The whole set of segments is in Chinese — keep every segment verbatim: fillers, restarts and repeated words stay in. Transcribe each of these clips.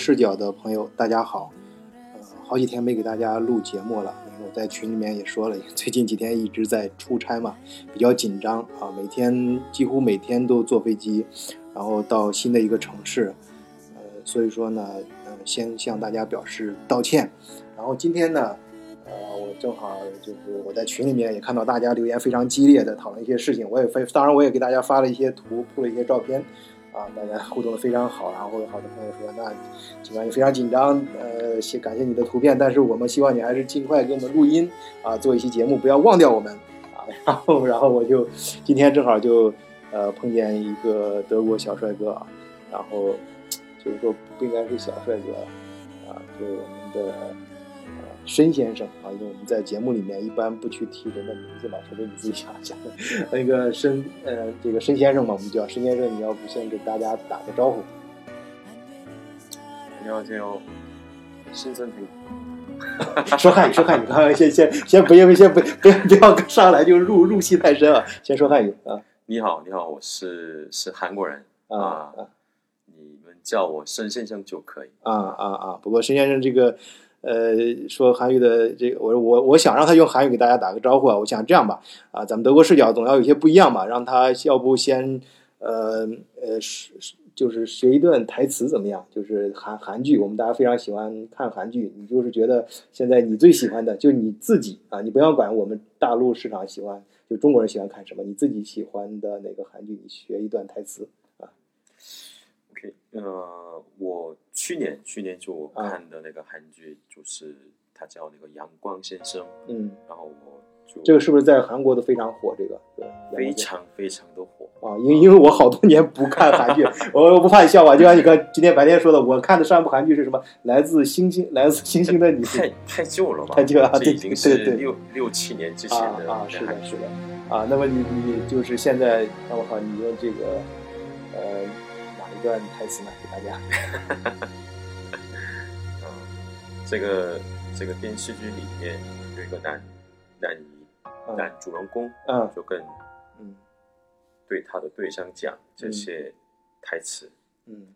视角的朋友大家好，呃，好几天没给大家录节目了，因为我在群里面也说了，最近几天一直在出差嘛，比较紧张啊，每天几乎每天都坐飞机，然后到新的一个城市，呃，所以说呢，呃，先向大家表示道歉。然后今天呢，呃，我正好就是我在群里面也看到大家留言非常激烈的讨论一些事情，我也非当然我也给大家发了一些图，铺了一些照片。啊，大家互动的非常好，然后有好多朋友说，那尽管你非常紧张，呃，感谢你的图片，但是我们希望你还是尽快给我们录音啊，做一期节目，不要忘掉我们啊。然后，然后我就今天正好就呃碰见一个德国小帅哥啊，然后就是说不应该是小帅哥啊，就是我们的呃申先生啊，因为我们在节目里面一般不去提人的名字嘛，除非你自己想想。那个申呃这个申先生嘛，我们叫申先生，你要不先给大家打个招呼？ 안녕하세요，申선생。 说汉语，说汉语，刚刚先先先不要先不不要不要上来就入入戏太深啊，先说汉语啊。 你好，你好，我是是韩国人啊啊， 你们叫我申先生就可以。 啊啊啊！不过申先生这个。呃，说韩语的这个，我我我想让他用韩语给大家打个招呼啊。我想这样吧，啊，咱们德国视角总要有些不一样嘛，让他要不先，呃呃，就是学一段台词怎么样？就是韩韩剧，我们大家非常喜欢看韩剧，你就是觉得现在你最喜欢的，就你自己啊，你不要管我们大陆市场喜欢，就中国人喜欢看什么，你自己喜欢的哪个韩剧，你学一段台词啊。 OK， 呃，我去年去年就看的那个韩剧，就是他叫那个阳光先生， 嗯， 然后我就这个是不是在韩国都非常火？这个对， 非常非常的火啊，因为因为我好多年不看韩剧，我我不怕你笑话，就像你看今天白天说的，我看的上一部韩剧是什么？来自星星，来自星星的你， 太太旧了吧？ 太旧了， 这已经是对六六七年之前的啊啊，是的，是的啊。那么你你就是现在，那我好，你用这个呃哪一段台词呢？给大家。 嗯，这个这个电视剧里面有一个男男嗯、 男主人公， 嗯， 就跟嗯对他的对象讲这些台词。 嗯，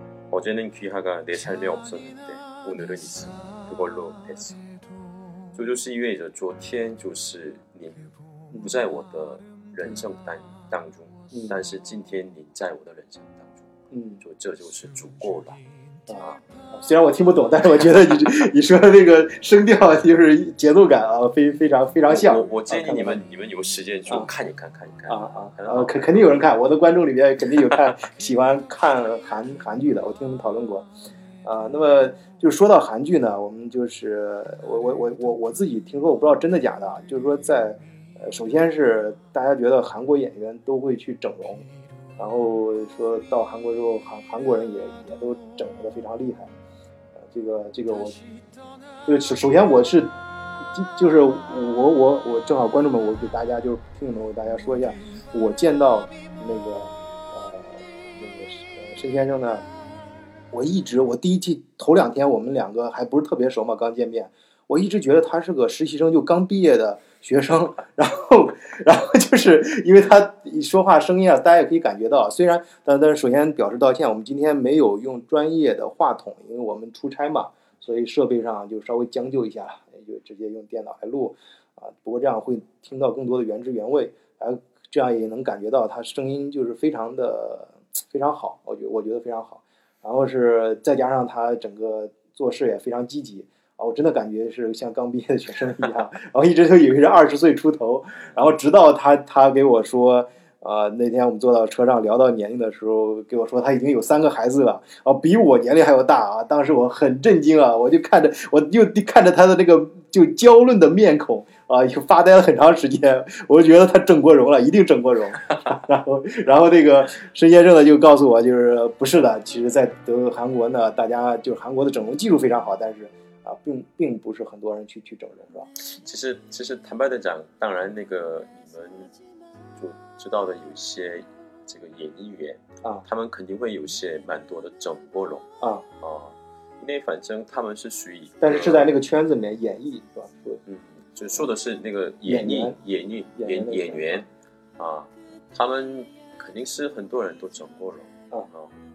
어제는 귀하가 내 삶에 없었는데 오늘은 있어. 그걸로 됐어. 这就是意味着昨天就是你不在我的人生当当中， 嗯， 但是今天你在我的人生当中， 嗯， 就这就是足够了。 啊，虽然我听不懂，但是我觉得你你说的那个声调就是节奏感啊，非非常非常像。 我我建议你们、 啊、 你们有时间就看一看、啊、看一看啊啊啊！肯肯定有人看，我的观众里面肯定有看喜欢看韩韩剧的，我听他们讨论过。啊，那么就是说到韩剧呢，我们就是我我我我我自己听说，我不知道真的假的，就是说在呃，首先是大家觉得韩国演员都会去整容。然后说到韩国之后，韩韩国人也也都整得非常厉害，呃，这个这个我，这个首先我是，就是我我我正好观众们，我给大家就是听众们，我给大家说一下，我见到那个呃那个呃申先生呢，我一直我第一季头两天我们两个还不是特别熟嘛，刚见面，我一直觉得他是个实习生，就刚毕业的学生，然后，然后就是因为他说话声音啊，大家也可以感觉到，虽然，但但是首先表示道歉，我们今天没有用专业的话筒，因为我们出差嘛，所以设备上就稍微将就一下，就直接用电脑来录，啊，不过这样会听到更多的原汁原味，啊，这样也能感觉到他声音就是非常的非常好，我觉得我觉得非常好，然后是再加上他整个做事也非常积极。我真的感觉是像刚毕业的学生一样，然后一直都以为是二十岁出头，然后直到他他给我说，呃，那天我们坐到车上聊到年龄的时候，给我说他已经有三个孩子了，哦，比我年龄还要大啊！当时我很震惊啊，我就看着我就看着他的那个就娇嫩的面孔啊，就发呆了很长时间，我就觉得他整过容了，一定整过容。然后然后那个申先生呢就告诉我，就是不是的，其实在德韩国呢，大家就是韩国的整容技术非常好，但是。啊，并并不是很多人去去整容，是吧？ 其实，其实坦白的讲，当然那个你们就知道的有一些这个演艺员啊， 他们肯定会有些蛮多的整过容啊啊，因为反正他们是属于， 但是是在那个圈子里面演艺，是吧？ 嗯，就说的是那个演艺演艺演演员啊，他们肯定是很多人都整过容啊啊。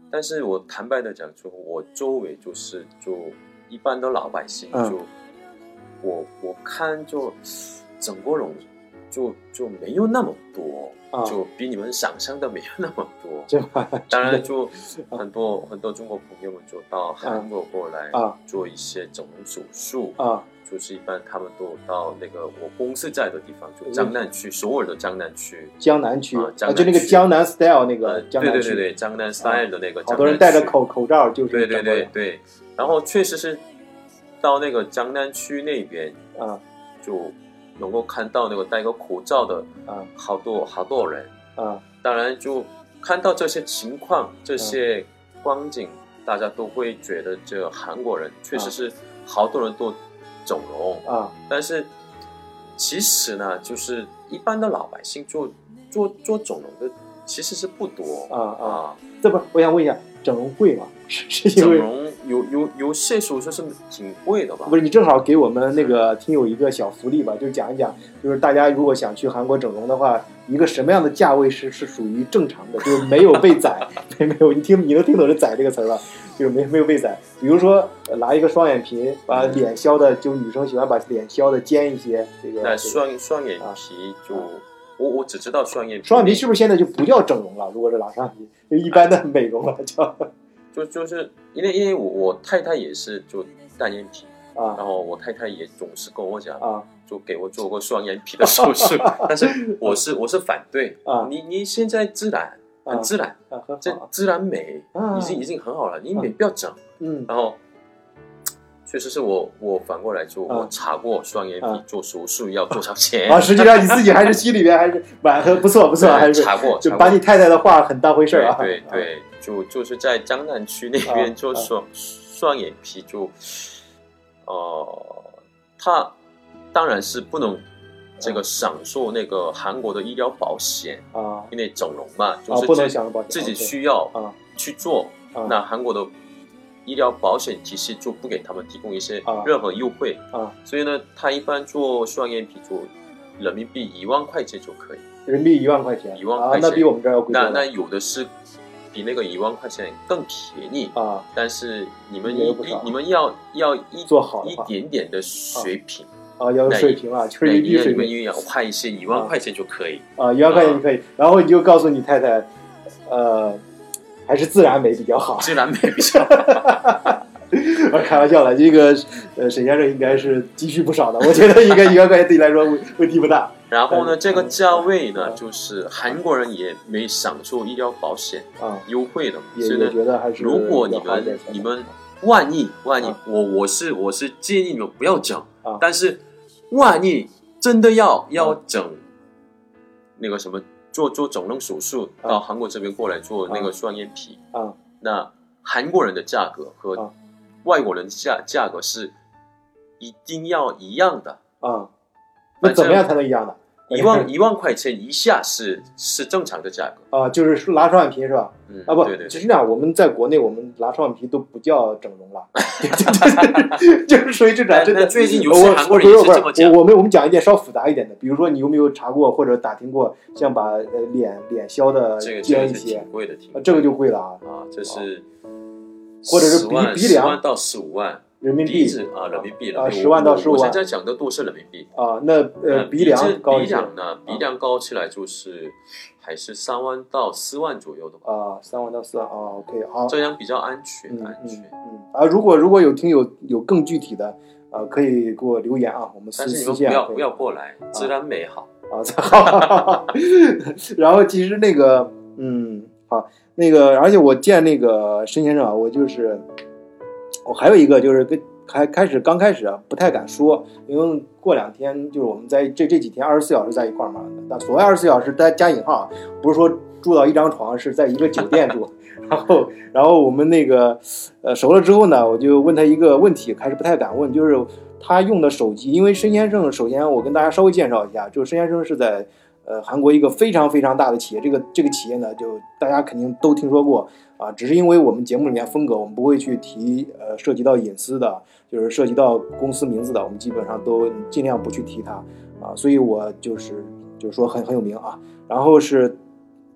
但是我坦白的讲，就我周围就是就一般的老百姓， 嗯、 就我我看就整个人就就没有那么多。 啊、 就比你们想象的没有那么多， 啊、 当然就很多、啊、很多中国朋友们就到韩国过来做一些整容手术啊， 就是一般他们都到那个我公司在的地方，就江南区，首尔的江南区， 江南区啊， 啊，就那个江南 style 那个江南区， 对对对对，江南 style 的那个江南区， 好多人戴着口口罩，就是对对对对，然后确实是到那个江南区那边啊， 就。能够看到那个戴个口罩的啊， 好多好多人啊， 当然就看到这些情况、这些光景，大家都会觉得这韩国人确实是好多人都整容啊。 但是其实呢，就是一般的老百姓做做做整容的其实是不多啊啊。 这不，我想问一下，整容贵吗？是整容有有有些手术是挺贵的吧？ 不是，你正好给我们那个听友一个小福利吧，就讲一讲，就是大家如果想去韩国整容的话，一个什么样的价位是是属于正常的，就是没有被宰，没有你听你能听懂这“宰”这个词吧？就是没没有被宰。比如说拿一个双眼皮，把脸削的，就女生喜欢把脸削的尖一些，这个。 那双双眼皮就。啊我我只知道双眼皮， 双眼皮是不是现在就不叫整容了？如果是拿双眼皮，就一般的美容了，叫。 就就是因为因为我我太太也是就单眼皮啊， 然后我太太也总是跟我讲啊， 就给我做过双眼皮的手术，但是我是我是反对啊， 你你现在自然很自然， 啊， 这自然美已经已经很好了，你美不要整， 嗯， 然后。确实是我，我反过来就我查过双眼皮做手术要多少钱啊？实际上你自己还是心里边还是蛮不错不错，还是查过， 就把你太太的话很当回事啊。 对对对，就就是在江南区那边做双双眼皮，就呃，他当然是不能这个享受那个韩国的医疗保险啊， 因为整容嘛，就是不能享受保险， 自己需要去做，那韩国的。医疗保险体系就不给他们提供一些任何优惠啊， 所以呢，他一般做双眼皮做人民币一万块钱就可以。 人民币一万块钱， 一万块钱， 啊、那比我们这儿要贵。 那那有的是比那个一万块钱更便宜啊， 但是你们一你们要要一做好一点点的水平啊，要有水平啊，就是一定水平。 你们要花一些一万块钱就可以啊，一万块钱就可以，然后你就告诉你太太，呃，还是自然美比较好， 自然美比较好。 我开玩笑了，这个呃沈先生应该是积蓄不少的，我觉得应该一万块钱对你来说问题不大。 然后呢，这个价位呢，就是韩国人也没享受医疗保险啊优惠的， 所以呢，觉得还是如果你们你们万一万一，我我是我是建议你们不要整，但是万一真的要要整那个什么做做整容手术，到韩国这边过来做那个双眼皮啊， 那韩国人的价格和外国人的价价格是一定要一样的啊。那怎么样才能一样的？ 一万一万块钱以下是是正常的价格啊，就是拿双眼皮是吧？ 嗯啊不， 对对， 其实这样，我们在国内我们拿双眼皮都不叫整容了，就是属于这种真的。 最近有些韩国人也是这么讲。 我们我们讲一点稍复杂一点的，比如说你有没有查过或者打听过，像把呃脸脸削的尖一些， 挺贵的，挺这个就贵了啊啊，这是或者是鼻鼻梁十万到十五万。 人民币啊，人民币啊，十万到十五万。 我现在讲的都是人民币啊。那呃，鼻梁高一些。 鼻梁呢？鼻梁高起来就是还是三万到四万左右的吧。 啊，三万到四万啊 ，OK， 好。 这样比较安全， 嗯、 安全。 嗯啊，如果如果有听友有更具体的，呃，可以给我留言啊，我们私私下。 不要不要过来，自然美好啊。好。然后其实那个，嗯，好，那个，而且我见那个申先生啊，我就是。我还有一个就是跟开开始刚开始啊不太敢说，因为过两天就是我们在这这几天二十四小时在一块儿嘛。那所谓二十四小时带加引号，不是说住到一张床，是在一个酒店住。然后然后我们那个呃熟了之后呢，我就问他一个问题，开始不太敢问，就是他用的手机，因为申先生首先我跟大家稍微介绍一下，就是申先生是在呃韩国一个非常非常大的企业，这个这个企业呢就大家肯定都听说过。啊，只是因为我们节目里面风格，我们不会去提呃涉及到隐私的，就是涉及到公司名字的，我们基本上都尽量不去提它啊，所以我就是就是说很很有名啊。然后是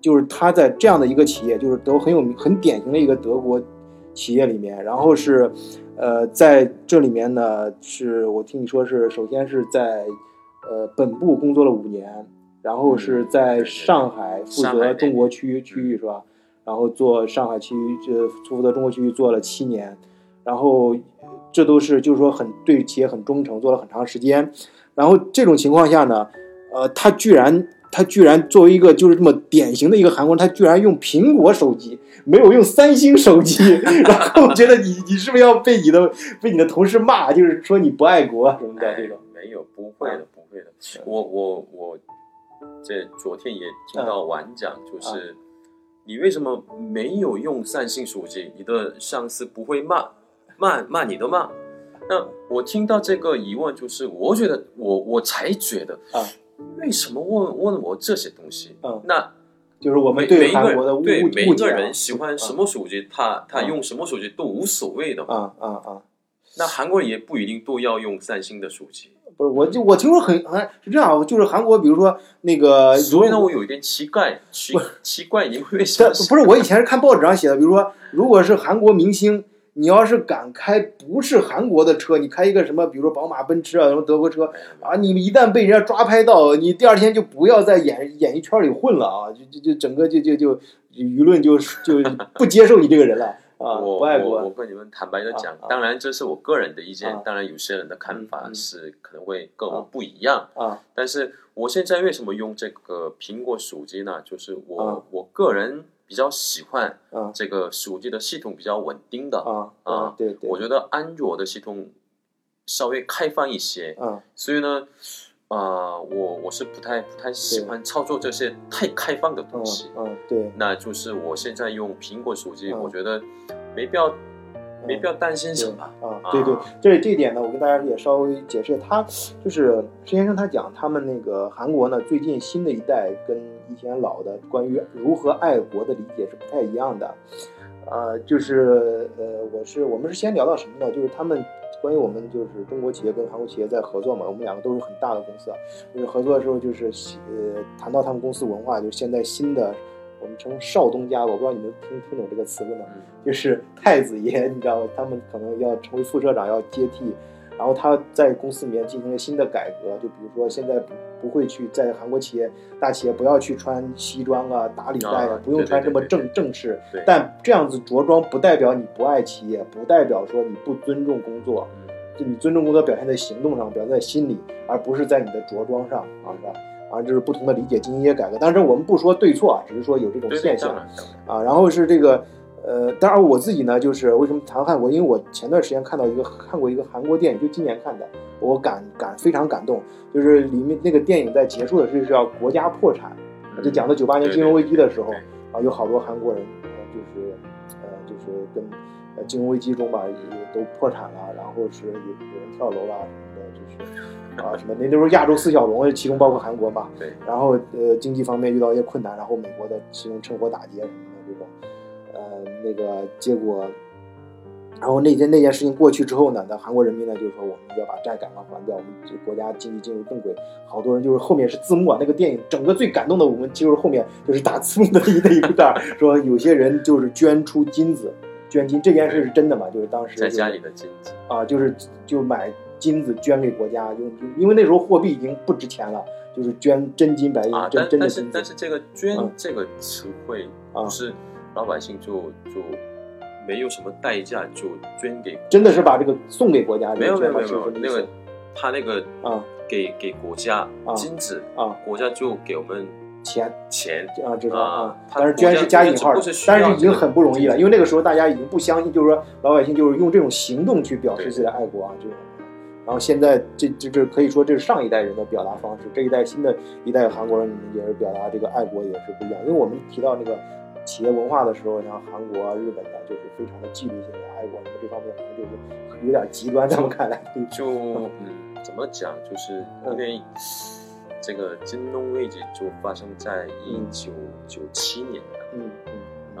就是他在这样的一个企业，就是都很有名、很典型的一个德国企业里面，然后是，呃，在这里面呢，是我听你说是，首先是在，呃，本部工作了五年，然后是在上海负责中国区域区域是吧？然后做上海区域，这负责中国区域做了七年，然后这都是就是说很对企业很忠诚，做了很长时间，然后这种情况下呢，呃，他居然。他居然作为一个就是这么典型的一个韩国人，他居然用苹果手机，没有用三星手机。然后我觉得你你是不是要被你的被你的同事骂，就是说你不爱国什么的这种？ 没有，不会的，不会的。我我我这昨天也听到晚讲，就是你为什么没有用三星手机？你的上司不会骂骂骂你的吗？那我听到这个疑问，就是我觉得我我才觉得啊。为什么问问我这些东西？嗯，那就是我们对韩国的误对每一个人喜欢什么手机，嗯、他他用什么手机都无所谓的嘛。啊啊啊！ 那韩国人也不一定都要用三星的手机。 不是，我就我听说很很是这样，就是韩国，比如说那个， 所以呢，我有一点奇怪，奇奇怪，你为什么？ 不是，我以前是看报纸上写的，比如说，如果是韩国明星。你要是敢开不是韩国的车，你开一个什么，比如说宝马、奔驰啊，什么德国车啊，你一旦被人家抓拍到，你第二天就不要在演演艺圈里混了啊，就就就整个就就就舆论就就不接受你这个人了啊， 我不爱国。 我我跟你们坦白的讲，啊、当然这是我个人的意见，啊、当然有些人的看法是可能会跟我不一样啊。 但是我现在为什么用这个苹果手机呢？就是我、啊、我个人。比较喜欢这个手机的系统比较稳定的啊啊， 对对， 我觉得安卓的系统稍微开放一些啊， 所以呢，啊、呃，我我是不太不太喜欢操作这些太开放的东西， 嗯，对， 那就是我现在用苹果手机，我觉得没必要。没必要担心什么啊！对对，这这一点呢，我跟大家也稍微解释。他就是施先生，他讲他们那个韩国呢，最近新的一代跟以前老的关于如何爱国的理解是不太一样的。呃，就是呃，我是我们是先聊到什么呢？就是他们关于我们就是中国企业跟韩国企业在合作嘛，我们两个都是很大的公司啊。就是合作的时候，就是呃，谈到他们公司文化，就是现在新的。我们称少东家，我不知道你们听听懂这个词不呢？就是太子爷，你知道吗？他们可能要成为副社长，要接替，然后他在公司里面进行了新的改革，就比如说现在不不会去在韩国企业大企业不要去穿西装啊、打领带啊，不用穿这么正正式。但这样子着装不代表你不爱企业，不代表说你不尊重工作，就你尊重工作表现在行动上，表现在心里，而不是在你的着装上啊，是吧？啊，这是不同的理解进行一些改革，但是我们不说对错啊，只是说有这种现象啊。然后是这个，呃，当然我自己呢，就是为什么谈韩国，因为我前段时间看到一个看过一个韩国电影，就今年看的，我感感非常感动，就是里面那个电影在结束的时候是要国家破产，就讲到九八年金融危机的时候啊，有好多韩国人，呃、就是呃就是跟呃金融危机中吧也都破产了，然后是有有人跳楼了什么的，就是。啊，什么那都是亚洲四小龙，其中包括韩国嘛。 对。 然后呃，经济方面遇到一些困难，然后美国的其中趁火打劫什么的这种，呃，那个结果，然后那件那件事情过去之后呢，那韩国人民呢就是说我们要把债赶快还掉，我们这国家经济进入正轨。好多人就是后面是字幕啊，那个电影整个最感动的，我们其实后面就是打字幕的一那一段，说有些人就是捐出金子，捐金这件事是真的嘛？就是当时、就是、 在家里的金子啊，就是就买。金子捐给国家，因为因为那时候货币已经不值钱了，就是捐真金白银， 啊、 真真的金子。 但是但是这个捐、嗯、这个词汇，不是老百姓就就没有什么代价就捐给， 真的是把这个送给国家。 没有没有没有那个他那个啊给给国家金子啊， 国家就给我们钱钱啊，知道啊。 但是捐是加引号的，但是已经很不容易了，因为那个时候大家已经不相信，就是说老百姓就是用这种行动去表示自己的爱国啊，这种。然后现在这这这可以说这是上一代人的表达方式，这一代新的一代韩国人也是表达这个爱国也是不一样。因为我们提到那个企业文化的时候，像韩国、日本的，就是非常的纪律性的爱国，那么这方面可能就是有点极端，在我看来就嗯怎么讲，就是因为这个金融危机就发生在一九九七年的， 嗯嗯， 然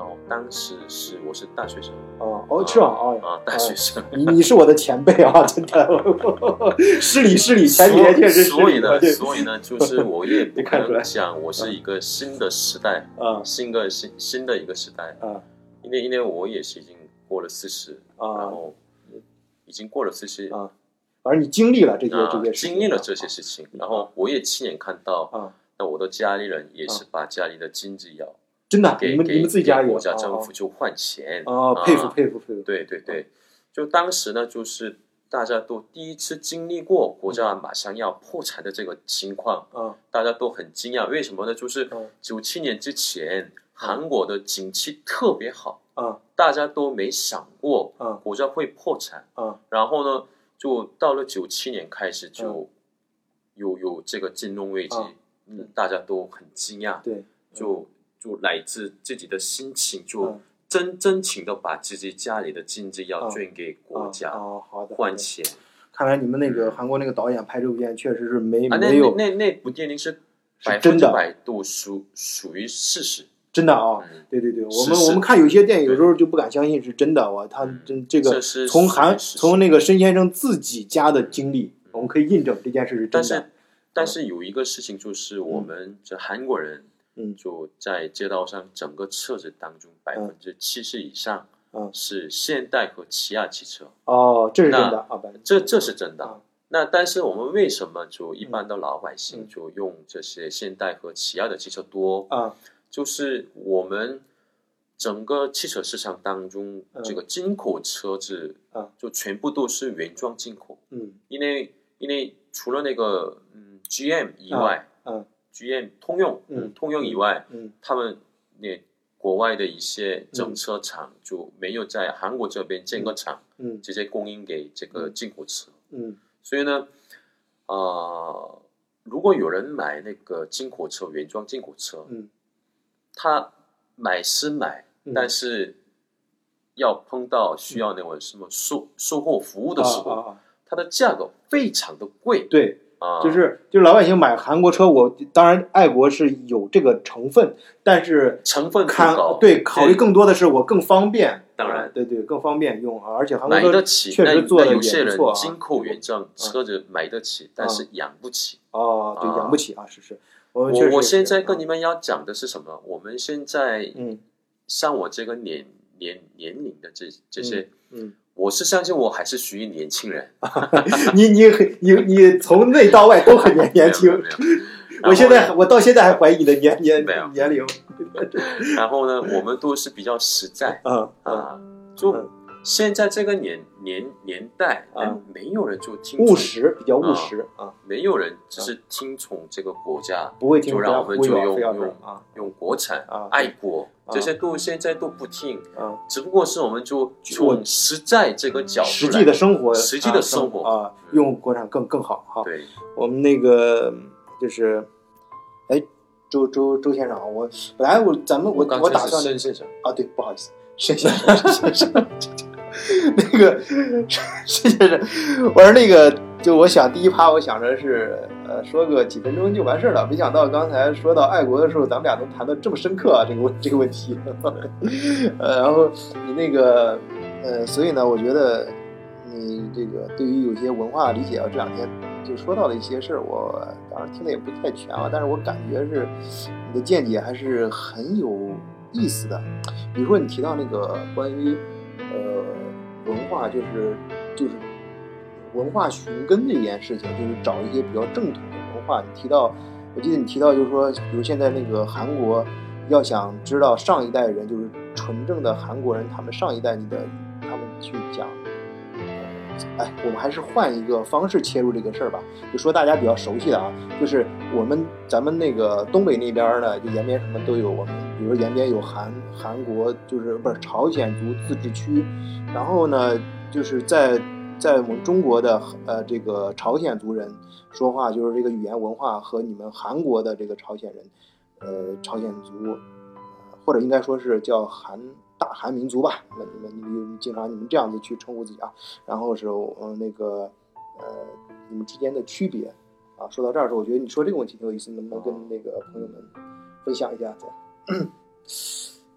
然后当时是我是大学生。 哦哦，是吗？哦啊，大学生。 你你是我的前辈啊，真的。失礼失礼，前几年确实失礼。 所以呢，所以呢，就是我也不可能讲我是一个新的时代啊， 新的新新的一个时代啊，因为因为我也是已经过了四十啊，然后已经过了四十啊。反正你经历了这些、啊、这些经历了这些事情，然后我也亲眼看到啊，那我的家里人也是把家里的经济要真的， 给你们你们自己家里国家政府就换钱哦，佩服佩服佩服。 对对对，就当时呢，就是大家都第一次经历过国家马上要破产的这个情况啊，大家都很惊讶，为什么呢？就是九七年之前，韩国的景气特别好啊，大家都没想过啊国家会破产啊，然后呢。就到了九七年开始就有有这个金融危机，嗯，大家都很惊讶， 对， 就就来自自己的心情，就真真情的把自己家里的经济要捐给国家， 哦，好的， 换钱。 看来你们那个韩国那个导演拍这部片确实是没啊， 没有那那那部电影是百分之百都属属于事实。 真的啊、哦嗯，对对对，我们我们看有些电影有时候就不敢相信是真的，哇，他真这个从韩从那个申先生自己家的经历，我们可以印证这件事是真的。 但是但是有一个事情就是我们这韩国人，嗯，就在街道上整个车子当中百分之七十以上，嗯，是现代和起亚汽车。 哦，这是真的啊， 这这是真的。那但是我们为什么就一般的老百姓就用这些现代和起亚的汽车多啊？就是我们整个汽车市场当中，嗯、这个进口车子啊，就全部都是原装进口。嗯，因为因为除了那个嗯 G M 以外，嗯、啊、，G M 通用，嗯，通用以外，嗯，他们那国外的一些整车厂就没有在韩国这边建个厂，嗯，直接供应给这个进口车。嗯，所以呢，啊、呃，如果有人买那个进口车，原装进口车，嗯。他买是买，嗯、但是要碰到需要那种什么售售后服务的时候，啊啊啊、它的价格非常的贵。 对，啊，就是就是老百姓买韩国车，我当然爱国是有这个成分，但是成分看高， 对考虑更多的是我更方便。 当然， 对对，更方便用，而且韩国车确实做的也不错。 有些人进口原装车子买得起，但是养不起。 哦，对，养不起啊，是是。 我我现在跟你们要讲的是什么？我们现在，嗯，像我这个年年年龄的这这些，嗯，我是相信我还是属于年轻人。 你你你你从内到外都很年年轻。我现在我到现在还怀疑你的年年年龄。 然后呢，我们都是比较实在，啊啊，就。现在这个年年年代啊，没有人就听务实，比较务实啊， 没有人只是听从这个国家， 不会听， 就让我们就用用啊用国产啊爱国，这些都现在都不听啊，只不过是我们就从实在这个角度实际的生活， 实际的生活啊，用国产更更好哈。 对， 我们那个就是，哎，周周周先生，我本来我咱们我我打算申先生啊，对，不好意思，申先生，申先生。那个申先生，我说那个，就我想第一趴，我想着是呃说个几分钟就完事了，没想到刚才说到爱国的时候，咱们俩能谈得这么深刻啊，这个问这个问题。呃，然后你那个呃，所以呢，我觉得你这个对于有些文化理解啊，这两天就说到的一些事儿，我当然听的也不太全啊，但是我感觉是你的见解还是很有意思的。比如说你提到那个关于呃。文化就是就是文化寻根这件事情，就是找一些比较正统的文化。你提到，我记得你提到就是说，比如现在那个韩国，要想知道上一代人就是纯正的韩国人，他们上一代你的他们去讲，哎，我们还是换一个方式切入这个事儿吧。就说大家比较熟悉的啊，就是我们咱们那个东北那边呢，就延边什么都有，我们比如延边有韩韩国，就是不是朝鲜族自治区。然后呢，就是在在我们中国的呃这个朝鲜族人说话，就是这个语言文化和你们韩国的这个朝鲜人，呃朝鲜族，呃、或者应该说是叫韩大韩民族吧。那你们你们经常你们这样子去称呼自己啊。然后是呃那个呃你们之间的区别啊。说到这儿的时候，我觉得你说这个问题挺有意思，能不能跟那个朋友们分享一下？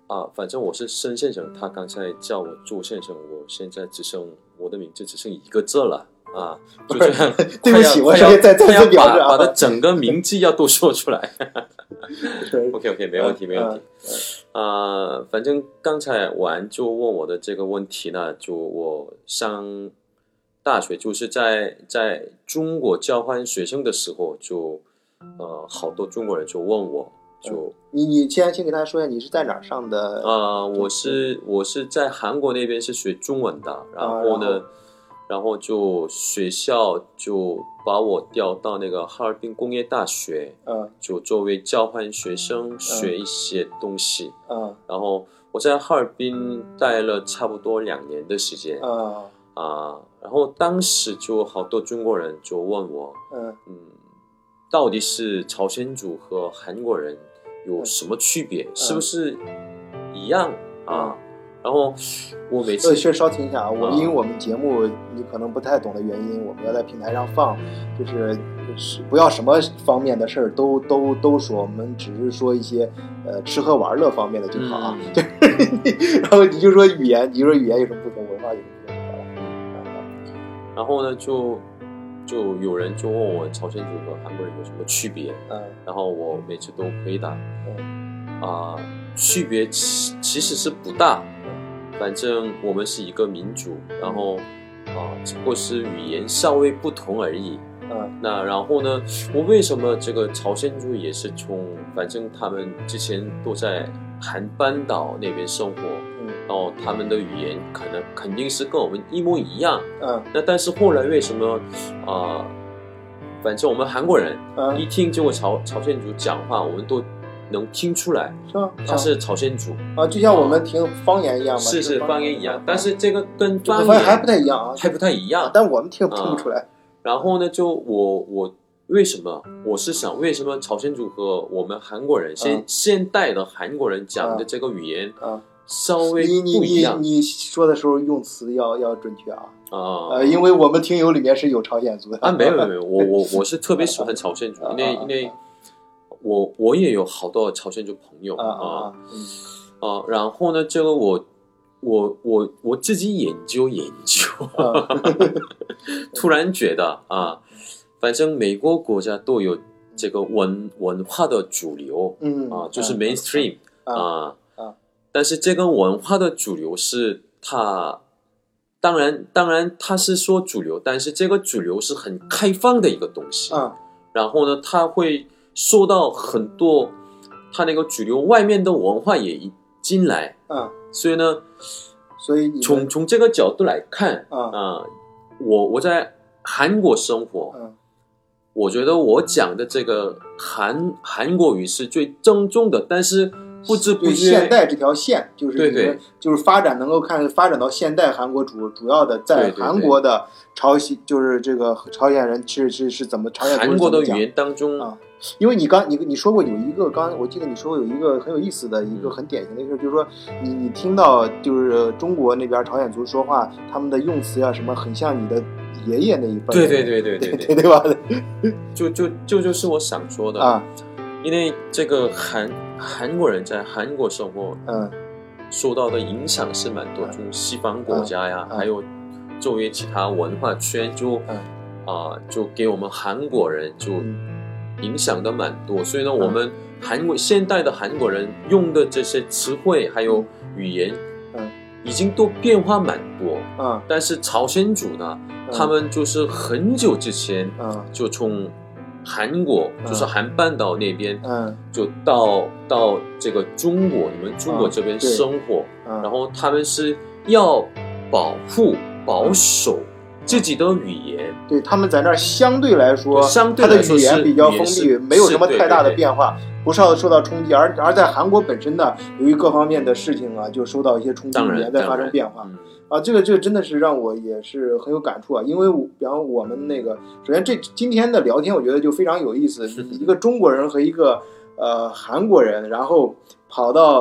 啊，反正我是申先生，他刚才叫我周先生，我现在只剩我的名字只剩一个字了啊，就这样。 对不起，我稍微再再次表示啊， 把他整个名字要都说出来。OK OK， 没问题没问题。啊、呃，反正刚才完就问我的这个问题呢，就我上大学就是在在中国交换学生的时候就，呃好多中国人就问我。就、嗯、 你你先先给大家说一下你是在哪儿上的？ 啊、呃，我是我是在韩国那边是学中文的，然后呢，啊、然后然后就学校就把我调到那个哈尔滨工业大学，嗯，就作为交换学生学一些东西，嗯，然后我在哈尔滨待了差不多两年的时间，嗯啊，然后当时就好多中国人就问我，嗯嗯，到底是朝鲜族和韩国人有什么区别？嗯、是不是一样啊？嗯、然后我每次先稍停一下啊，我、嗯、因为我们节目你可能不太懂的原因，我们要在平台上放，就是是不要什么方面的事儿都都都说，我们只是说一些呃吃喝玩乐方面的就好啊。嗯、然后你就说语言，你就说语言有什么不同，文化有什么不同。 然后呢，就就有人就问我朝鲜族和韩国人有什么区别，嗯，然后我每次都回答，嗯啊、呃，区别其其实是不大，反正我们是一个民族，然后啊、呃，只不过是语言稍微不同而已。嗯，那然后呢，我为什么这个朝鲜族也是从，反正他们之前都在韩半岛那边生活。然后他们的语言可能肯定是跟我们一模一样，嗯，那但是后来为什么啊、呃？反正我们韩国人、嗯、一听这个朝朝鲜族讲话，我们都能听出来，是吧？他是朝鲜族啊，就像我们听方言一样嘛， 是是方言一样，但是这个跟方言还不太一样啊， 还不太一样， 但我们听听不出来。 嗯、然后呢，就我我为什么？我是想为什么朝鲜族和我们韩国人现、嗯、现代的韩国人讲的这个语言，嗯。嗯稍微不一样。 你你你说的时候用词要要准确啊！啊、呃，因为我们听友里面是有朝鲜族的啊，没有没有，我我我是特别喜欢朝鲜族，因为因为我我也有好多朝鲜族朋友啊啊、嗯呃，然后呢，这个我我我我自己研究研究，啊、突然觉得啊，反正每个国家都有这个文文化的主流，嗯啊，就是 mainstream 啊。啊但是这个文化的主流是它，当然当然它是说主流，但是这个主流是很开放的一个东西。嗯，然后呢，它会受到很多它那个主流外面的文化也进来。嗯，所以呢， 所以从从这个角度来看，啊、嗯呃，我我在韩国生活，嗯，我觉得我讲的这个韩韩国语是最正宗的，但是。不知不觉， 现代这条线就是对对， 就是发展能够看发展到现代韩国主主要的在韩国的朝鲜，就是这个朝鲜人是是是怎么朝鲜韩国的语言当中啊？因为你刚你你说过有一个刚我记得你说过有一个很有意思的一个很典型的一个，就是说你你听到就是中国那边朝鲜族说话，他们的用词呀什么很像你的爷爷那一辈， 对对对对对对对吧？ 就就就就是我想说的啊。因为这个韩韩国人在韩国生活，嗯，受到的影响是蛮多，从西方国家呀，嗯、还有周围其他文化圈就，嗯，啊、呃，就给我们韩国人就影响的蛮多。所以呢，我们韩国现代的韩国人用的这些词汇还有语言，嗯，已经都变化蛮多。嗯，但是朝鲜族呢，嗯、他们就是很久之前，嗯，就从韩国就是韩半岛那边，嗯，就到到这个中国，你们中国这边生活，嗯，然后他们是要保护、保守自己的语言， 对，他们在那儿相对来说， 相对来说他的语言比较封闭，没有什么太大的变化，不受受到冲击。而而在韩国本身呢，由于各方面的事情啊，就受到一些冲击，语言在发生变化。啊，这个这个真的是让我也是很有感触啊，因为比方我们那个，首先这今天的聊天，我觉得就非常有意思。一个中国人和一个呃韩国人，然后跑到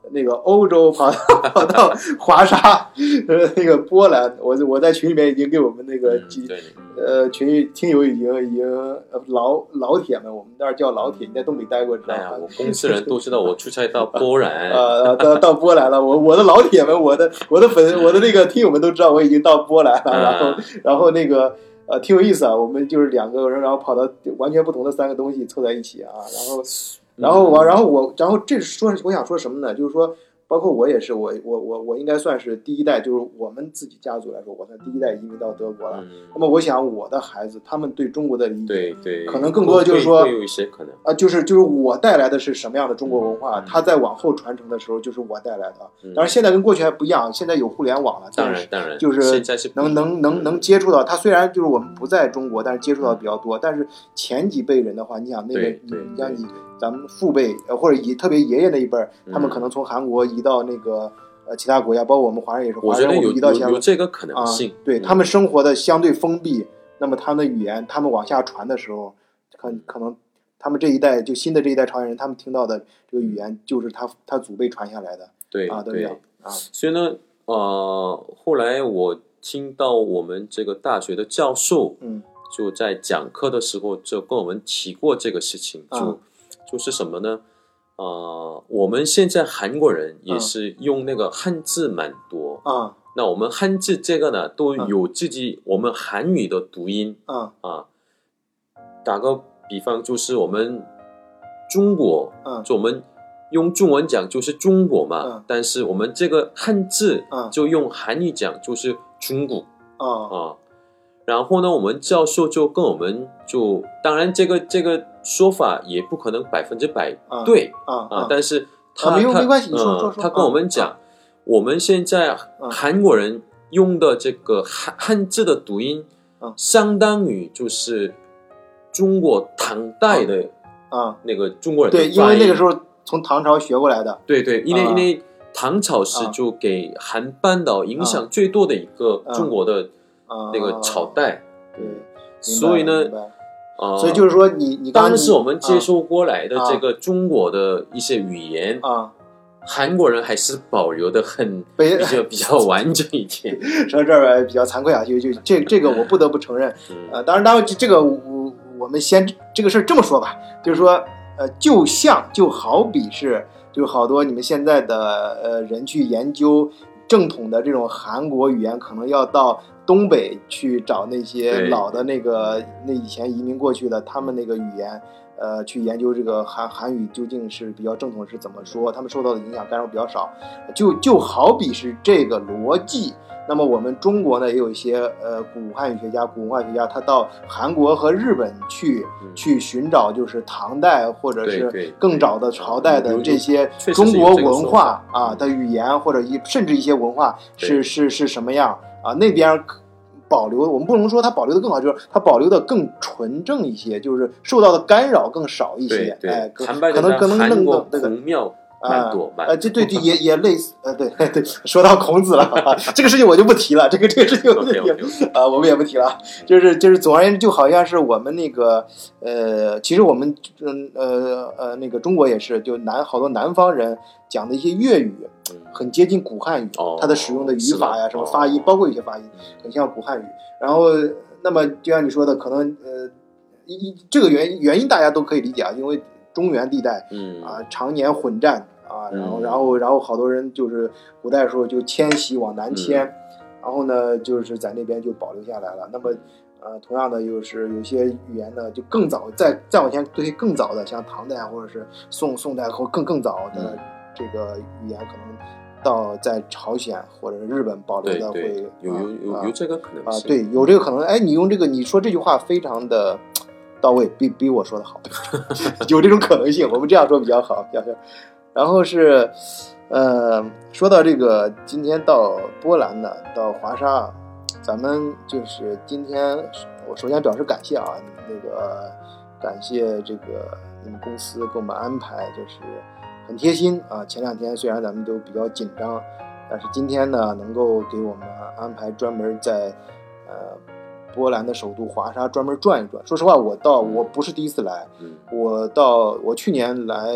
那个欧洲跑到跑到华沙，呃，那个波兰，我我在群里面已经给我们那个几、嗯、呃群听友已经已经老老铁们，我们那儿叫老铁，你在东北待过知道吗？ 哎呀，我公司人都知道我出差到波兰， 呃，到到波兰了，我我的老铁们，我的我的粉我的那个听友们都知道我已经到波兰了， 啊、 然后然后那个。呃，挺有意思啊！我们就是两个人，然后跑到完全不同的三个东西凑在一起啊，然后，然后我，然后我，然后这说我想说什么呢？就是说，包括我也是，我我我我应该算是第一代，就是我们自己家族来说，我算第一代移民到德国了。嗯、那么我想我的孩子，他们对中国的理解， 对对， 可能更多的就是说， 会有一些可能啊、呃，就是就是我带来的是什么样的中国文化，嗯、他在往后传承的时候，就是我带来的。嗯、当然现在跟过去还不一样，现在有互联网了， 当然当然， 就是能能能能接触到他。虽然就是我们不在中国，但是接触到比较多。但是前几辈人的话，你想那个，你像你咱们父辈或者以特别爷爷那一辈，他们可能从韩国移到那个。呃，其他国家，包括我们华人也是， 我觉得有有有这个可能性。 啊、对、嗯、他们生活的相对封闭，那么他们的语言，他们往下传的时候，可可能他们这一代就新的这一代朝鲜人，他们听到的这个语言就是他他祖辈传下来的。 对啊，对啊。 所以呢，呃，后来我听到我们这个大学的教授，嗯，就在讲课的时候就跟我们提过这个事情，就、啊、就是什么呢？呃，我们现在韩国人也是用那个汉字蛮多啊。那我们汉字这个呢，都有自己我们韩语的读音啊啊。打个比方，就是我们中国，就我们用中文讲就是中国嘛，但是我们这个汉字就用韩语讲就是中国啊啊。然后呢，我们教授就跟我们就，当然这个这个说法也不可能百分之百对啊 啊, 啊，但是他、 啊、没有没关系，你说说说， 他跟我们讲、啊，我们现在韩国人用的这个汉汉字的读音，啊，相当于就是中国唐代的啊那个中国人的对，因为那个时候从唐朝学过来的， 对对，因为、啊、因为唐朝是就给韩半岛影响最多的一个中国的。那个朝代， 对， 所以呢， 呃，所以就是说你，你你当时我们接收过来的这个中国的一些语言啊，韩国人还是保留的很比较比较完整一点。 说这儿比较惭愧啊，就就这这个我不得不承认，呃，当然当然这个我我们先这个事儿这么说吧，就是说呃，就像就好比是，就好多你们现在的呃人去研究正统的这种韩国语言，可能要到东北去找那些老的那个那以前移民过去的他们那个语言，呃，去研究这个韩韩语究竟是比较正统是怎么说，他们受到的影响干扰比较少，就就好比是这个逻辑。那么我们中国呢，也有一些呃古汉语学家、古文化学家，他到韩国和日本去、嗯、去寻找，就是唐代或者是更早的朝代的这些中国文化啊的语言，或者一甚至一些文化是是是什么样啊？那边保留，我们不能说它保留的更好，就是它保留的更纯正一些，就是受到的干扰更少一些。 对对哎，可可能可能弄的那个庙。 啊，呃，这对对也也类似，呃，对对，说到孔子了，啊，这个事情我就不提了，这个这个事情我就不提，啊，我们也不提了，就是就是，总而言之，就好像是我们那个，呃，其实我们，嗯呃呃，那个中国也是，就南好多南方人讲的一些粤语，很接近古汉语， 哦、 它的使用的语法呀，什么发音，包括有些发音很像古汉语，然后，那么就像你说的，可能呃，一这个原因原因大家都可以理解啊，因为中原地带，嗯啊，常年混战。啊，然后，然后，然后，好多人就是古代的时候就迁徙往南迁，嗯、然后呢，就是在那边就保留下来了。那么，呃，同样的，又是有些语言呢，就更早，再再往前推更早的，像唐代或者是宋宋代或更更早的这个语言，可能到在朝鲜或者日本保留的会对对有有有有这个可能啊，对，有这个可能。哎，你用这个你说这句话非常的到位，比比我说的好，有这种可能性。我们这样说比较好，比较。然后是，呃，说到这个，今天到波兰呢，到华沙，咱们就是今天，我首先表示感谢啊，那个感谢这个你们公司给我们安排，就是很贴心啊。前两天虽然咱们都比较紧张，但是今天呢，能够给我们安排专门在呃波兰的首都华沙专门转一转。说实话，我到我不是第一次来，我到我去年来。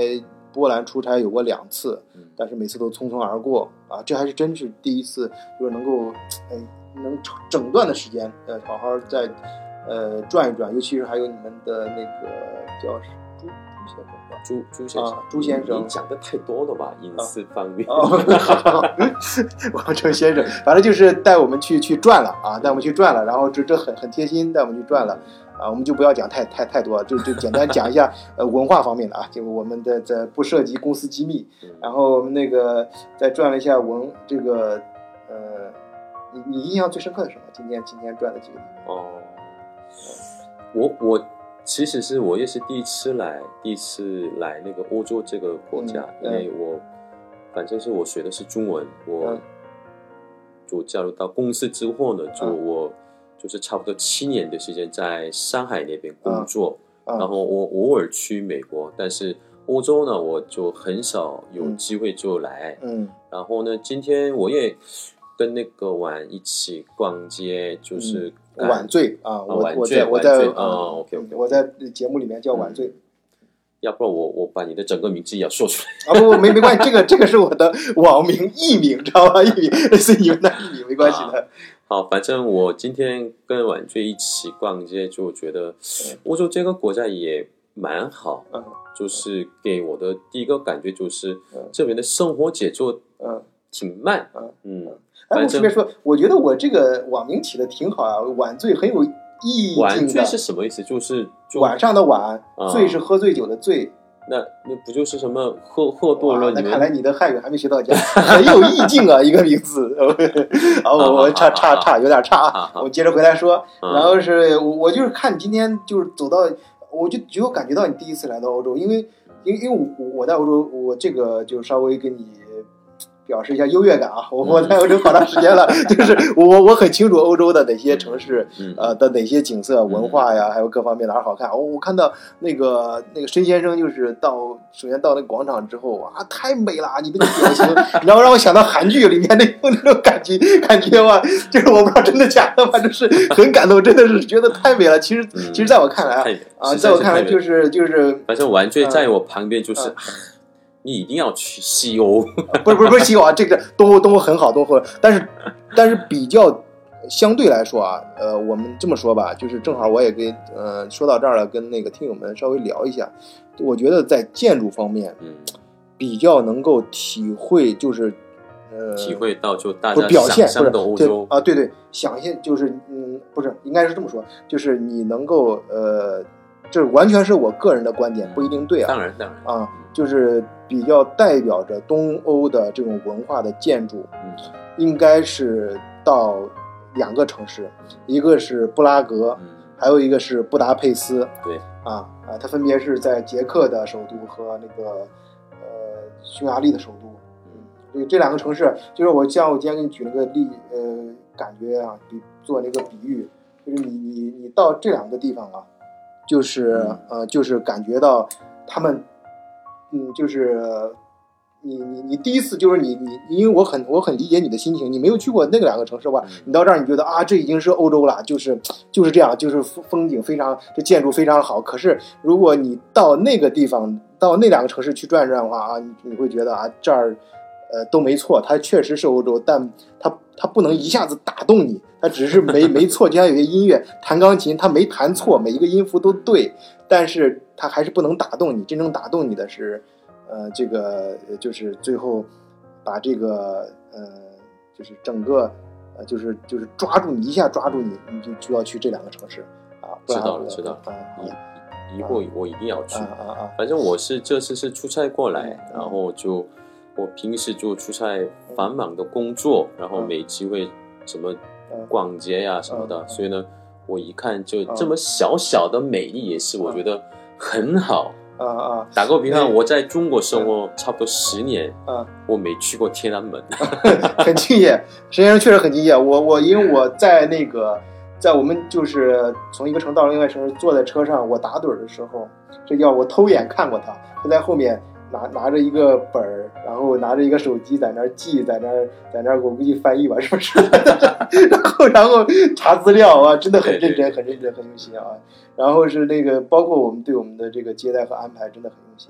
波兰出差有过两次，但是每次都匆匆而过啊，这还是真是第一次，就是能够哎能整段的时间呃好好在呃转一转，尤其是还有你们的那个叫朱朱先生吧， 朱朱先生、 啊、朱先生， 你讲的太多了吧，隐私方面。 哦，王成先生，反正就是带我们去去转了啊，带我们去转了，然后这这很很贴心，带我们去转了。啊，我们就不要讲太太太多，就就简单讲一下呃文化方面的啊，就我们的在不涉及公司机密。然后我们那个再转了一下文这个呃，你你印象最深刻的什么？今天今天转的几个地方？ 哦，我我其实是我也是第一次来，第一次来那个欧洲这个国家， 嗯、 因为我反正是我学的是中文，我就加入到公司之后呢，就我。嗯就是差不多七年的时间在上海那边工作，嗯嗯、然后我偶尔去美国，但是欧洲呢，我就很少有机会就来。嗯，然后呢，今天我也跟那个婉一起逛街，就是晚醉啊，我晚醉， 我在啊 ，OK OK， 我在节目里面叫晚醉。 嗯要不然我我把你的整个名字也要说出来啊！不不没没关系，这个这个是我的网名艺名，知道吧？艺名类似你们的艺名，没关系的。 啊、好，反正我今天跟婉醉一起逛街，就觉得欧洲这个国家也蛮好，嗯，就是给我的第一个感觉就是、嗯、这边的生活节奏嗯挺慢，嗯嗯。 哎，我顺便说，我觉得我这个网名起的挺好啊，晚醉很有意境的。 晚醉是什么意思？就是就晚上的晚，啊、醉是喝醉酒的醉。 那那不就是什么喝喝多了？ 那看来你的汉语还没学到家，很有意境啊，一个名字。好，我我差差差有点差啊，我接着回来说。然后是我我就是看你今天就是走到，我就只有感觉到你第一次来到欧洲，因为因为因为我我在欧洲，我这个就稍微跟你表示一下优越感啊！我我在欧洲好长时间了，就是我我很清楚欧洲的哪些城市，呃的哪些景色、文化呀，还有各方面哪儿好看。我我看到那个那个申先生，就是到首先到那个广场之后啊，太美了！你们的表情，然后让我想到韩剧里面那种那种感觉，感觉哇，就是我不知道真的假的，反正是很感动，真的是觉得太美了。其实其实在我看来啊，啊，在我看来就是就是， 反正完全在我旁边就是。你一定要去西欧， 不是不是不是西欧啊，这个东欧东欧很好，东欧，但是但是比较相对来说啊，呃，我们这么说吧，就是正好我也跟呃说到这儿了，跟那个听友们稍微聊一下，我觉得在建筑方面，嗯，比较能够体会，就是呃体会到就大家想象的欧洲啊，对对，想象就是嗯，不是，应该是这么说，就是你能够呃。这完全是我个人的观点，不一定对啊。 当然，当然啊，就是比较代表着东欧的这种文化的建筑，嗯，应该是到两个城市，一个是布拉格，嗯，还有一个是布达佩斯。 对， 啊啊，它分别是在捷克的首都和那个呃匈牙利的首都。嗯，所以这两个城市，就是我像我今天给你举了个例，呃，感觉啊，比做那个比喻，就是你你你到这两个地方啊。就是呃，就是感觉到他们，嗯，就是你你你第一次就是你你，因为我很我很理解你的心情，你没有去过那个两个城市吧？你到这儿你觉得啊，这已经是欧洲了，就是就是这样，就是风景非常，这建筑非常好。可是如果你到那个地方，到那两个城市去转转的话啊，你你会觉得啊，这儿呃都没错，它确实是欧洲，但它它不能一下子打动你。他只是没没错，就像有些音乐弹钢琴，他没弹错，每一个音符都对，但是他还是不能打动你。真正打动你的是，呃，这个就是最后把这个呃，就是整个呃，就是就是抓住你一下抓住你，你就就要去这两个城市啊。 知道了，知道了。以以后我一定要去。啊啊啊！反正我是这次是出差过来，然后就我平时就出差繁忙的工作，然后没机会什么。逛街呀、啊、什么的、嗯，所以呢，我一看就这么小小的美丽，也是我觉得很好。啊啊！打个比方，我在中国生活差不多十年，啊，我没去过天安门， 很敬业，实际上确实很敬业。我我因为我在那个在我们就是从一个城到另外一个城市，坐在车上，我打盹的时候，这叫我偷眼看过他，他在后面。拿拿着一个本儿，然后拿着一个手机在那儿记，在那儿在那儿，我估计翻译吧，是不是？然后然后查资料啊，真的很认真，很认真，很用心啊。然后是那个，包括我们对我们的这个接待和安排，真的很用心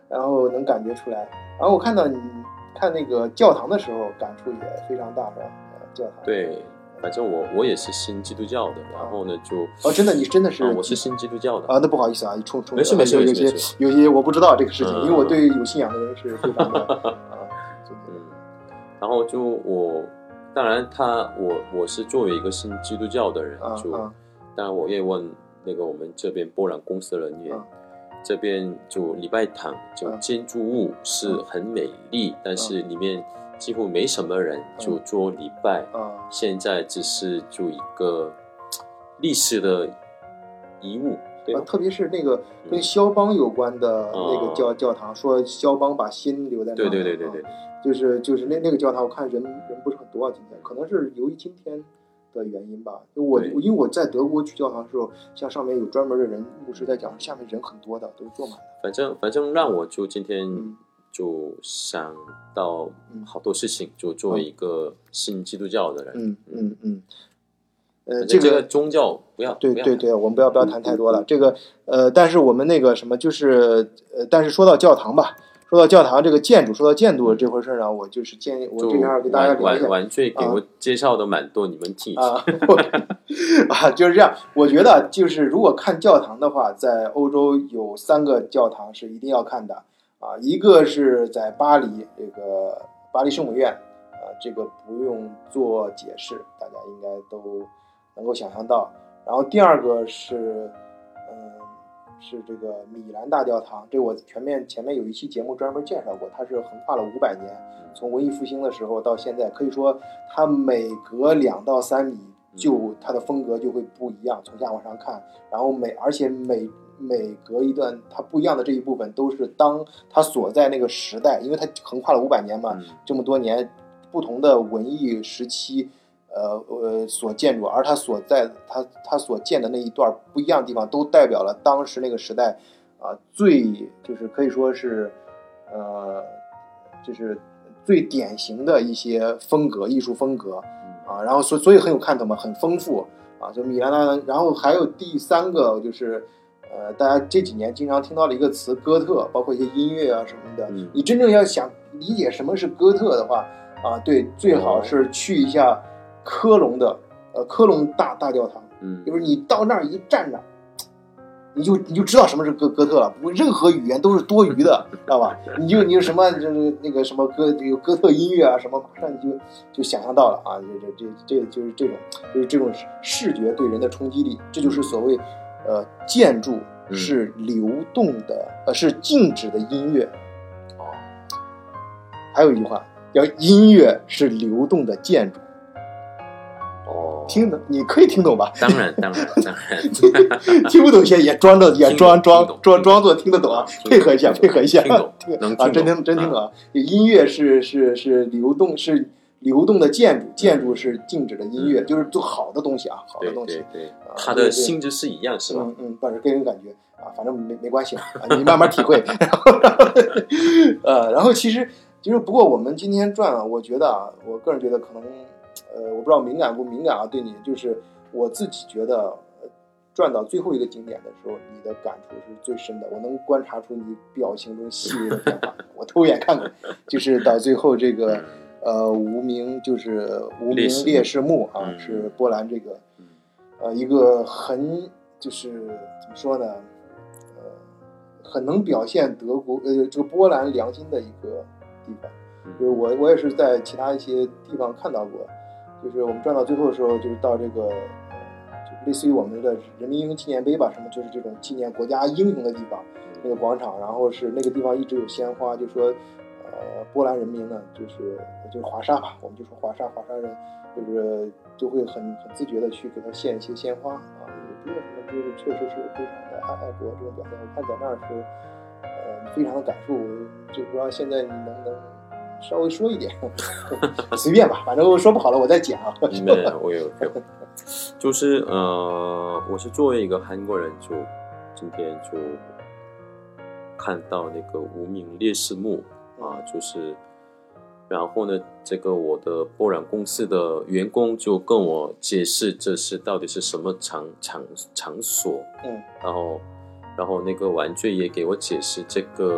然后能感觉出来。然后我看到你看那个教堂的时候，感触也非常大，是吧？呃、教堂。 对，反正我我也是信基督教的，然后呢就哦，真的，你真的是、 啊、我是信基督教的啊。那不好意思啊，冲冲没事没事， 有些有些我不知道这个事情， 嗯、 因为我对有信仰的人是非常的啊。 嗯，然后就我。当然他，我我是作为一个信基督教的人，就、 啊啊、 当然我也问那个我们这边波兰公司的人员，啊、这边就礼拜堂就建筑物是很美丽，啊、但是里面几乎没什么人就做礼拜，啊、现在只是就一个历史的遗物，对吧？ 啊、特别是那个跟肖邦有关的那个教、嗯、教堂，说肖邦把心留在那里， 对对对对对。 就是就是那那个教堂，我看人人不是很多啊，今天可能是由于今天的原因吧。就我因为我在德国去教堂的时候，像上面有专门的人牧师在讲，下面人很多的，都坐满了。 反正反正让我就今天就想到好多事情，嗯、就作为一个信基督教的人， 嗯嗯嗯。呃， 这个、 这个宗教不要， 对对对，我们不要不要谈太多了。这个呃，但是我们那个什么，就是呃，但是说到教堂吧。说到教堂这个建筑，说到建筑这回事呢，我就是建议我这边给大家聊一下。 晚醉给我介绍的蛮多，啊、你们听一下啊，就是这样。我觉得就是如果看教堂的话，在欧洲有三个教堂是一定要看的啊，一个是在巴黎这个巴黎圣母院啊，这个不用做解释，大家应该都能够想象到。然后第二个是嗯。是这个米兰大教堂，这我全面前面有一期节目专门介绍过，它是横跨了五百年，从文艺复兴的时候到现在，可以说它每隔两到三米就它的风格就会不一样，从下往上看，然后每而且每每隔一段它不一样的这一部分都是当它所在那个时代，因为它横跨了五百年嘛，这么多年不同的文艺时期。呃呃，所建筑，而它所在它它所建的那一段不一样的地方，都代表了当时那个时代啊、呃，最就是可以说是呃，就是最典型的一些风格，艺术风格啊。然后所所以很有看头嘛，很丰富啊。就米兰呢，然后还有第三个就是呃，大家这几年经常听到的一个词哥特，包括一些音乐啊什么的。 嗯、 你真正要想理解什么是哥特的话啊，对，最好是去一下。科隆的呃科隆大大教堂， 嗯， 就是你到那儿一站着，你就你就知道什么是哥哥特了，不，任何语言都是多余的，知道吧？你就你就什么就是那个什么哥这个哥特音乐啊什么，马上你就就想象到了啊，这这这这就是这种就是这种视觉对人的冲击力，这就是所谓呃建筑是流动的，呃是静止的音乐。 哦， 还有一句话叫音乐是流动的建筑。 哦， 听懂，你可以听懂吧？ 当然，当然，当然， 听不懂些也装着，也装装装装作听得懂啊，配合一下，配合一下， 听懂，能啊，真听真听懂啊！音乐是是是流动，是流动的建筑，建筑是静止的音乐，就是做好的东西啊，好的东西， 对，它的性质是一样，是吧？ 嗯嗯，但是个人感觉啊，反正没没关系啊，你慢慢体会。然后，呃，然后其实其实不过我们今天转啊，我觉得啊，我个人觉得可能。呃，我不知道敏感不敏感啊，对你就是我自己觉得，呃、转到最后一个景点的时候，你的感触是最深的。我能观察出你表情中细微的变化。我偷眼看过，就是到最后这个呃无名就是无名烈士墓啊， 嗯、 是波兰这个呃一个很就是怎么说呢，呃很能表现德国呃这个波兰良心的一个地方。就是我我也是在其他一些地方看到过。就是我们转到最后的时候，就是到这个，呃，就类似于我们的人民英雄纪念碑吧，什么就是这种纪念国家英雄的地方，那个广场，然后是那个地方一直有鲜花，就说，呃，波兰人民呢，就是就是华沙吧，我们就说华沙华沙人，就是就会很很自觉的去给他献一些鲜花啊，也不用什么，就是确实是非常的爱爱国这种表现。我看在那儿是，呃，非常的感触，就不知道现在你能不能。稍微说一点，随便吧，反正我说不好了，我再讲啊。 没有，我有有，就是呃，我是作为一个韩国人，就今天就看到那个无名烈士墓啊，就是，然后呢，这个我的波兰公司的员工就跟我解释这是到底是什么场场场所， 嗯， 然后然后那个玩具也给我解释这个。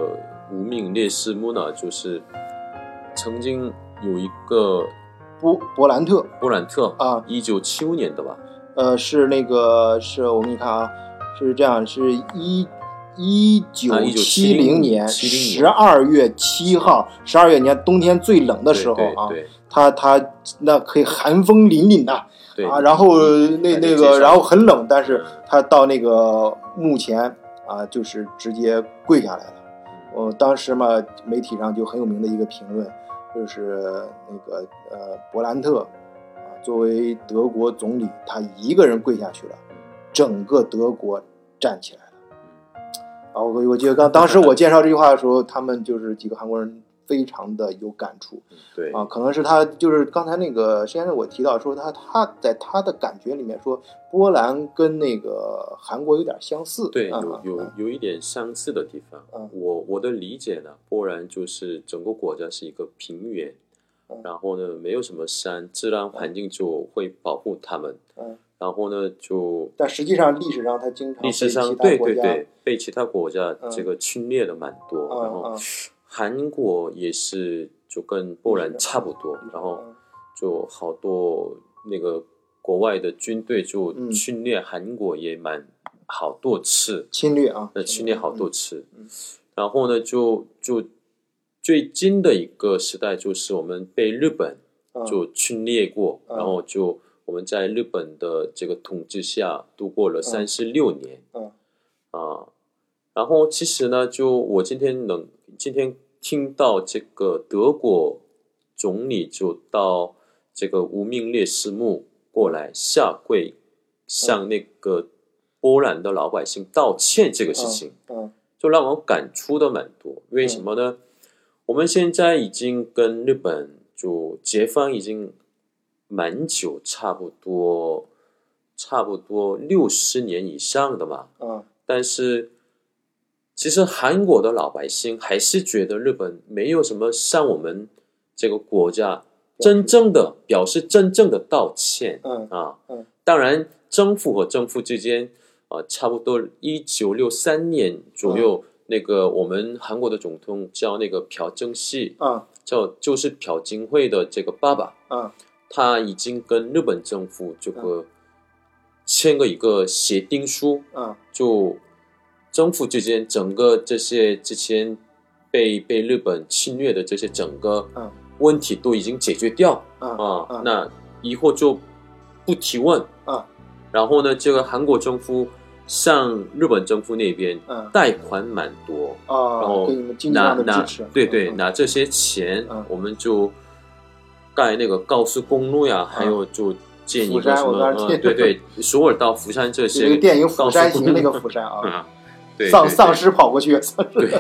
无名烈士墓呢，就是曾经有一个波勃兰特， 勃兰特啊， 一九七五年的吧？ 呃，是那个是我给你看啊，是这样，是一一九七零年十二月七号，十二月年冬天最冷的时候啊， 对对对他他那可以寒风凛凛呐、啊，啊，然后那那个然后很冷，但是他到那个墓前啊，就是直接跪下来了。我、呃、当时嘛，媒体上就很有名的一个评论，就是那个呃勃兰特啊，作为德国总理，他一个人跪下去了，整个德国站起来了。啊，我我记得刚当时我介绍这句话的时候，他们就是几个韩国人非常的有感触。 对啊，可能是他就是刚才那个先生我提到说他他在他的感觉里面说波兰跟那个韩国有点相似。 对， 啊、 有有有一点相似的地方。 嗯、 我我的理解呢，波兰就是整个国家是一个平原， 嗯、 然后呢没有什么山，自然环境就会保护他们。 嗯。 然后呢，就但实际上历史上它经常历史上对对对被其他国家这个侵略的蛮多， 嗯、 然后嗯、 韩国也是就跟波兰差不多，然后就好多那个国外的军队就侵略韩国也蛮好多次， 侵略啊， 呃侵略好多次， 嗯嗯、 然后呢就就最近的一个时代就是我们被日本就侵略过， 嗯、 然后就。我们在日本的这个统治下度过了三十六年， 嗯， 啊，然后其实呢，就我今天能今天听到这个德国总理就到这个无名烈士墓过来下跪，向那个波兰的老百姓道歉这个事情， 嗯，嗯就让我感触的蛮多。为什么呢？我们现在已经跟日本就解放已经。蛮久，差不多，差不多六十年以上的嘛。 嗯。 但是，其实韩国的老百姓还是觉得日本没有什么向我们这个国家真正的表示真正的道歉。 嗯啊。 嗯。 当然，政府和政府之间啊、呃，差不多一九六三年左右，嗯、那个我们韩国的总统叫那个朴正熙， 嗯， 叫就是朴槿惠的这个爸爸。 嗯。 他已经跟日本政府这个签了一个协定书， 嗯， 就政府之间整个这些之前被被日本侵略的这些整个问题都已经解决掉， 嗯啊， 嗯、 那以后就不提问， 嗯， 然后呢，这个韩国政府向日本政府那边贷款蛮多， 啊、 然后拿拿对对、嗯、拿这些钱， 嗯、 我们就。盖那个高速公路呀，还有就建一个什么，呃、对对，首尔到釜山这些。 那个电影《釜山行》那个釜山啊， 嗯、对丧丧尸跑过去。 对。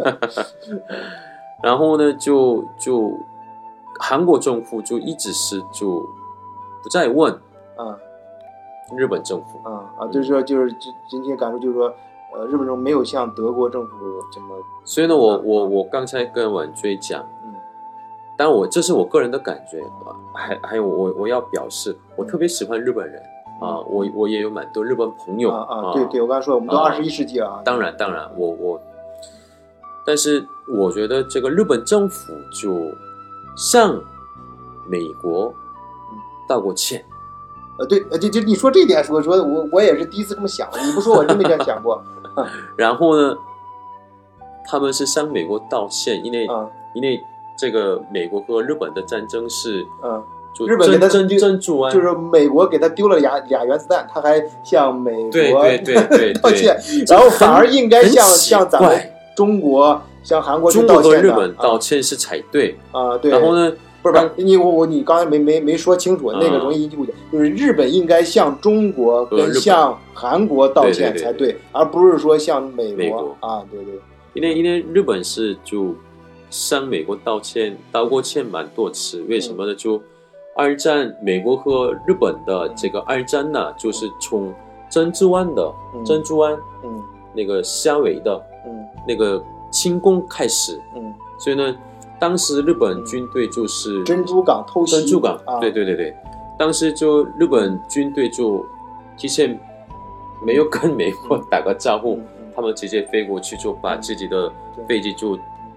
然后呢，就就韩国政府就一直是就不再问啊， 日本政府啊啊，就是说就是今天感受就是说，呃，日本政府没有像德国政府这么。 所以呢，我我我刚才跟婉追讲。但我这是我个人的感觉，还还有我我要表示，我特别喜欢日本人、嗯、啊，我我也有蛮多日本朋友啊啊，对对，我刚才说我们都二十一世纪啊， 当然当然，我我，但是我觉得这个日本政府就向美国道过歉， 呃对，就就你说这一点说说我我也是第一次这么想，你不说我真没这样想过。 然后呢，他们是向美国道歉，因为、 嗯、 因为。这个美国和日本的战争是， 嗯， 就日本给他珍珍珠湾， 就是美国给他丢了俩俩原子弹，他还向美国对对对对道歉，然后反而应该向向咱们中国、向韩国去道歉的。 中国和日本道歉是才对啊，对。 然后呢， 不是不是，你我我你刚才没没没说清楚，那个容易引起误解，就是日本应该向中国跟向韩国道歉才对，而不是说向美国美国啊，对对。 因为因为日本是就。向美国道歉，道过歉蛮多次。为什么呢？就二战，美国和日本的这个二战呢，就是从珍珠湾的、嗯、珍珠湾， 嗯， 那个虾尾的， 嗯， 那个进攻开始， 嗯， 所以呢，当时日本军队就是珍珠港偷袭， 珍珠港， 啊、 对对对对，当时就日本军队就提前没有跟美国打个招呼， 嗯嗯、 他们直接飞过去，就把自己的飞机就。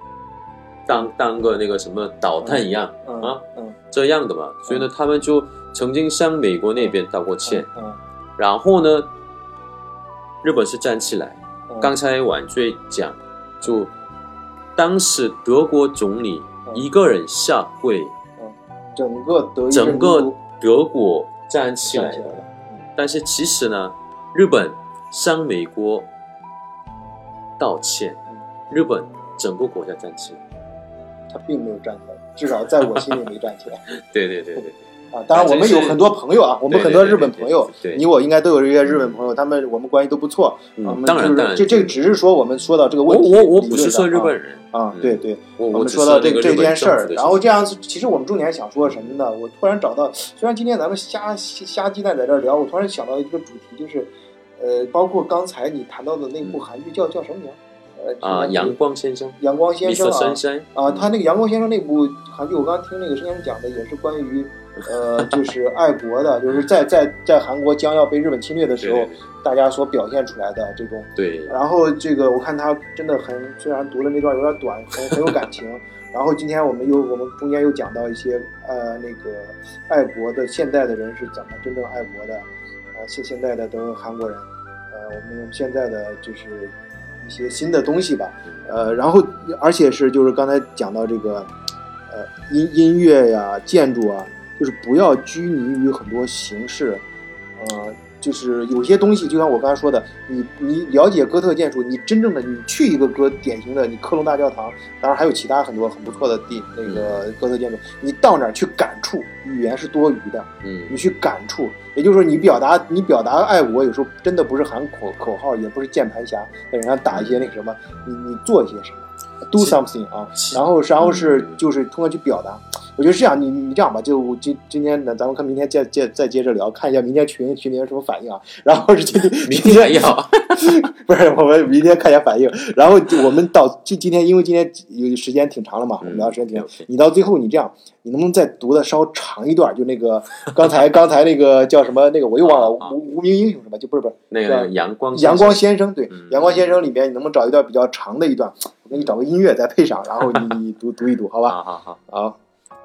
当当个那个什么导弹一样、 嗯、 啊、 嗯、 这样的嘛，所以呢他们就曾经向美国那边道过歉、 嗯嗯、 然后呢日本是站起来、 嗯、 刚才晚醉讲就当时德国总理一个人下跪、 嗯、整个德整个德国站起来了， 嗯、 但是其实呢日本向美国道歉、嗯、日本整个国家站起来， 他并没有站起来，至少在我心里没站起来对对对对啊，当然我们有很多朋友啊，我们很多日本朋友， 对对对对对， 你我应该都有这些日本朋友，他们我们关系都不错。 嗯， 我们当然，当然， 这这只是说我们说到这个问题， 我我我不是说日本人啊， 嗯、 对对， 我我们说到这这件事儿，然后这样子，其实我们重点想说什么呢？我突然找到，虽然今天咱们瞎瞎鸡蛋在这儿聊，我突然想到一个主题，就是呃，包括刚才你谈到的那部韩剧叫叫什么名？呃啊，阳光先生， 阳光先生啊，啊， 嗯、 他那个阳光先生那部韩剧，我刚刚听那个先生讲的，也是关于呃，就是爱国的，就是在在在韩国将要被日本侵略的时候，大家所表现出来的这种。 对。 然后这个我看他真的很，虽然读了那段有点短，很很有感情。然后今天我们又我们中间又讲到一些呃那个爱国的现代的人是怎么真正爱国的，呃现现代的都韩国人，呃我们用现在的就是一些新的东西吧，呃然后而且是就是刚才讲到这个呃音音乐呀、建筑啊，就是不要拘泥于很多形式，呃就是有些东西就像我刚才说的，你你了解哥特建筑，你真正的你去一个哥典型的你科隆大教堂，当然还有其他很多很不错的地那个哥特建筑，你到哪儿去感触，语言是多余的， 嗯，你去感触，也就是说你表达你表达爱国，有时候真的不是喊口口号，也不是键盘侠在人家打一些那个什么，你你做一些什么 ，do something 啊，然后然后是就是通过去表达。我觉得是这样，你你这样吧，就今今天呢，咱们看明天接接再接着聊，看一下明天群群里有什么反应啊。然后是今天明天要不是我们明天看一下反应。然后我们到今今天，因为今天有时间挺长了嘛，我们聊时间挺长。 嗯、 你到最后你这样，你能不能再读的稍长一段？就那个刚才刚才那个叫什么那个我又忘了， 啊、 无无名英雄什么？就不是不是那个阳光阳光先生对、 嗯、 阳光先生里面，你能不能找一段比较长的一段？我给你找个音乐再配上，然后你你读读一读，好吧？ 好好好好。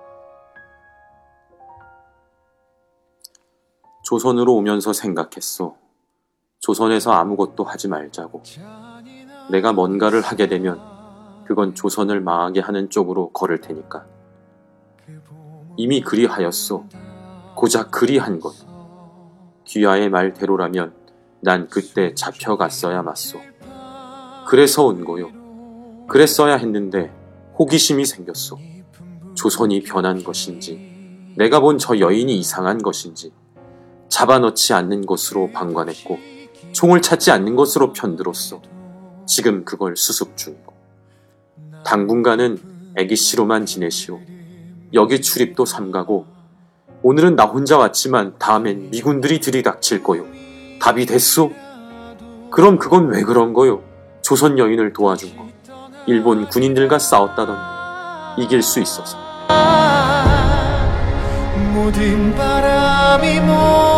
조선으로 오면서 생각했어. 조선에서 아무것도 하지 말자고. 내가 뭔가를 하게 되면 그건 조선을 망하게 하는 쪽으로 걸을 테니까. 이미 그리하였어. 고작 그리한 것. 귀하의 말대로라면 난 그때 잡혀갔어야 맞소. 그래서 온 거요. 그랬어야 했는데 호기심이 생겼어. 조선이 변한 것인지 내가 본 저 여인이 이상한 것인지 잡아넣지 않는 것으로 방관했고 총을 찾지 않는 것으로 편들었어. 지금 그걸 수습 중이고. 당분간은 애기씨로만 지내시오. 여기 출입도 삼가고 오늘은 나 혼자 왔지만 다음엔 미군들이 들이닥칠 거요. 답이 됐소? 그럼 그건 왜 그런 거요? 조선 여인을 도와준 거. 일본 군인들과 싸웠다던데 이길 수 있어서. 모든 바람이